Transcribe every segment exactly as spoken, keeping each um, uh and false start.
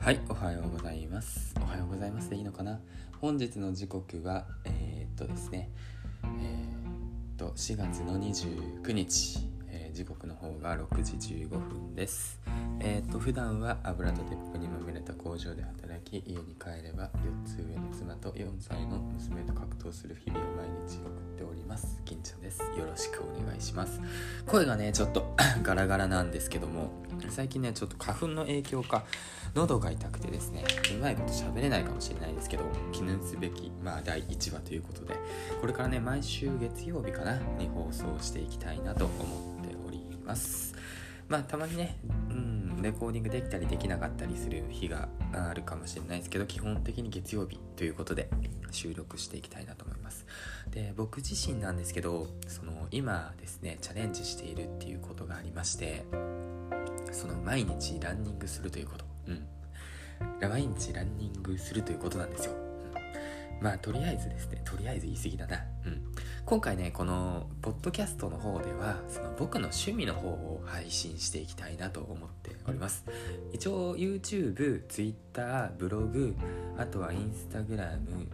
はい、おはようございます。おはようございますでいいのかな。本日の時刻はえー、っとですねえー、っとしがつのにじゅうくにち、えー、時刻の方がろくじじゅうごふんです。えー、っと普段は油と鉄粉にまみれた工場で働き、家に帰ればよっつ上の妻とよんさいの娘と格闘する日々を毎日送っております。金ちゃんです。よろしくお願いします。声がねちょっとガラガラなんですけども、最近ねちょっと花粉の影響か喉が痛くてですね、うまいこと喋れないかもしれないですけど、記念すべき、まあ、だいいちわということで、これからね毎週月曜日かなに放送していきたいなと思っております。まあたまにね、うん、レコーディングできたりできなかったりする日があるかもしれないですけど、基本的に月曜日ということで収録していきたいなと思います。で、僕自身なんですけど、その今ですねチャレンジしているっていうことがありまして、その毎日ランニングするということ、うん、毎日ランニングするということなんですよ。うん、まあとりあえずですね、とりあえず言い過ぎだな。うん、今回ねこのポッドキャストの方ではその僕の趣味の方を配信していきたいなと思っております。一応 YouTube、Twitter、ブログ、あとは Instagram、うーん、あ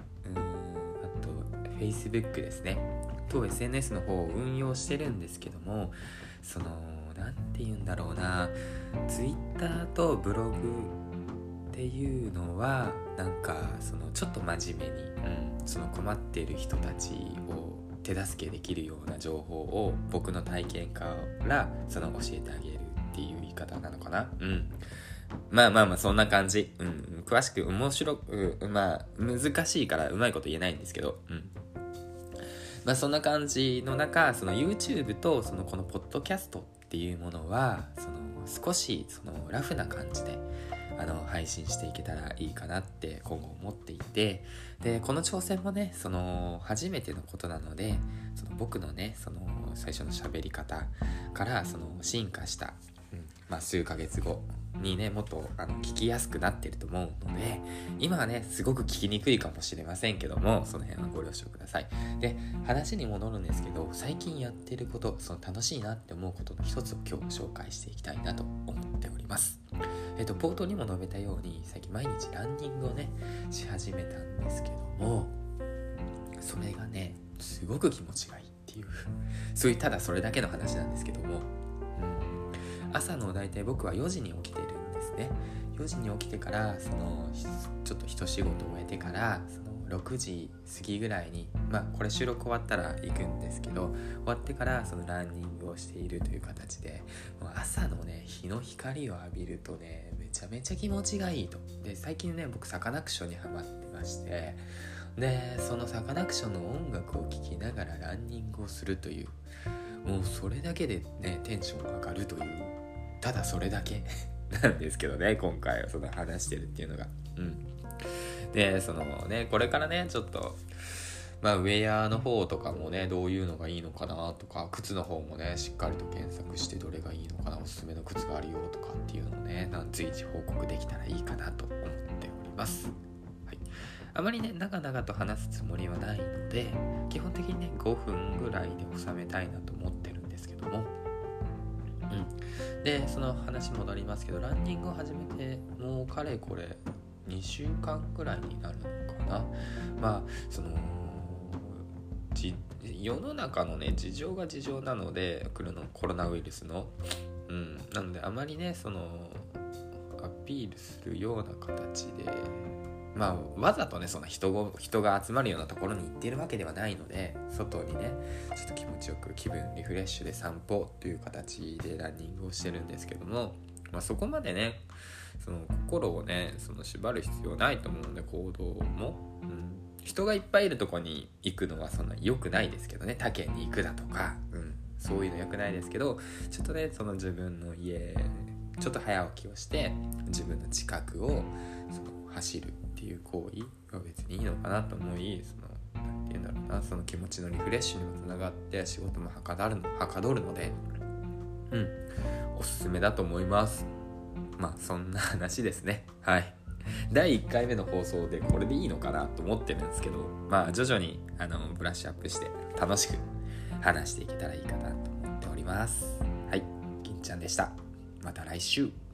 と Facebook ですねと エスエヌエス の方を運用してるんですけども、そのなんて言うんだろうな、ツイッターとブログっていうのはなんかそのちょっと真面目に、うん、その困っている人たちを手助けできるような情報を僕の体験からその教えてあげるっていう言い方なのかな。うん。まあまあまあそんな感じ。うん。詳しく面白く、まあ難しいからうまいこと言えないんですけど、うん。まあそんな感じの中、その YouTube とそのこのポッドキャストっていうものはその少しそのラフな感じであの配信していけたらいいかなって今後思っていて、でこの挑戦もねその初めてのことなので、その僕のねその最初の喋り方からその進化した、うん、まあ数ヶ月後にねもっとあの聞きやすくなってると思うので、今はねすごく聞きにくいかもしれませんけども、その辺はご了承ください。で、話に戻るんですけど、最近やってること、その楽しいなって思うことの一つを今日紹介していきたいなと思っております。えっと冒頭にも述べたように、最近毎日ランニングをねし始めたんですけども、それがねすごく気持ちがいいっていうそういうただそれだけの話なんですけども、うん、朝の大体僕はよじに起きてるんですね。よじに起きてからそのちょっと一仕事を終えてからそのろくじ過ぎぐらいに、まあこれ収録終わったら行くんですけど、終わってからそのランニングをしているという形で、もう朝のね日の光を浴びるとねめちゃめちゃ気持ちがいいと。で最近ね僕サカナクションにハマってまして、でそのサカナクションの音楽を聴きながらランニングをするという、もうそれだけでねテンションが上がるという、ただそれだけなんですけどね、今回はその話してるっていうのが、うんでそのねこれからねちょっとまあウェアの方とかもねどういうのがいいのかなとか、靴の方もねしっかりと検索してどれがいいのかな、おすすめの靴があるよとかっていうのをね随時報告できたらいいかなと思っております。はい、あまりね長々と話すつもりはないので、基本的にねごふんぐらいで収めたいなと思ってるんですけども、うん、でその話戻りますけど、ランニングを始めてもうかれこれにしゅうかんぐらいになるのかな。まあそのじ世の中のね事情が事情なので、来るのコロナウイルスの、うん、なのであまりねそのアピールするような形で、まあわざとねそんな人が人が集まるようなところに行っているわけではないので、外にねちょっと気持ちよく気分リフレッシュで散歩という形でランニングをしてるんですけども、まあ、そこまでねその心をねその縛る必要ないと思うので、行動も、うん、人がいっぱいいるとこに行くのはそんな良くないですけどね、他県に行くだとか、うん、そういうの良くないですけど、ちょっとねその自分の家ちょっと早起きをして自分の近くをその走るっていう行為が別にいいのかなと思い、そのなんて言うんだろうな、その気持ちのリフレッシュにもつながって仕事もはかどるのはかどるので、うんおすすめだと思います。まあそんな話ですね。はい。だいいっかいめの放送でこれでいいのかなと思ってるんですけど、まあ徐々にあのブラッシュアップして楽しく話していけたらいいかなと思っております。はい、金ちゃんでした。また来週。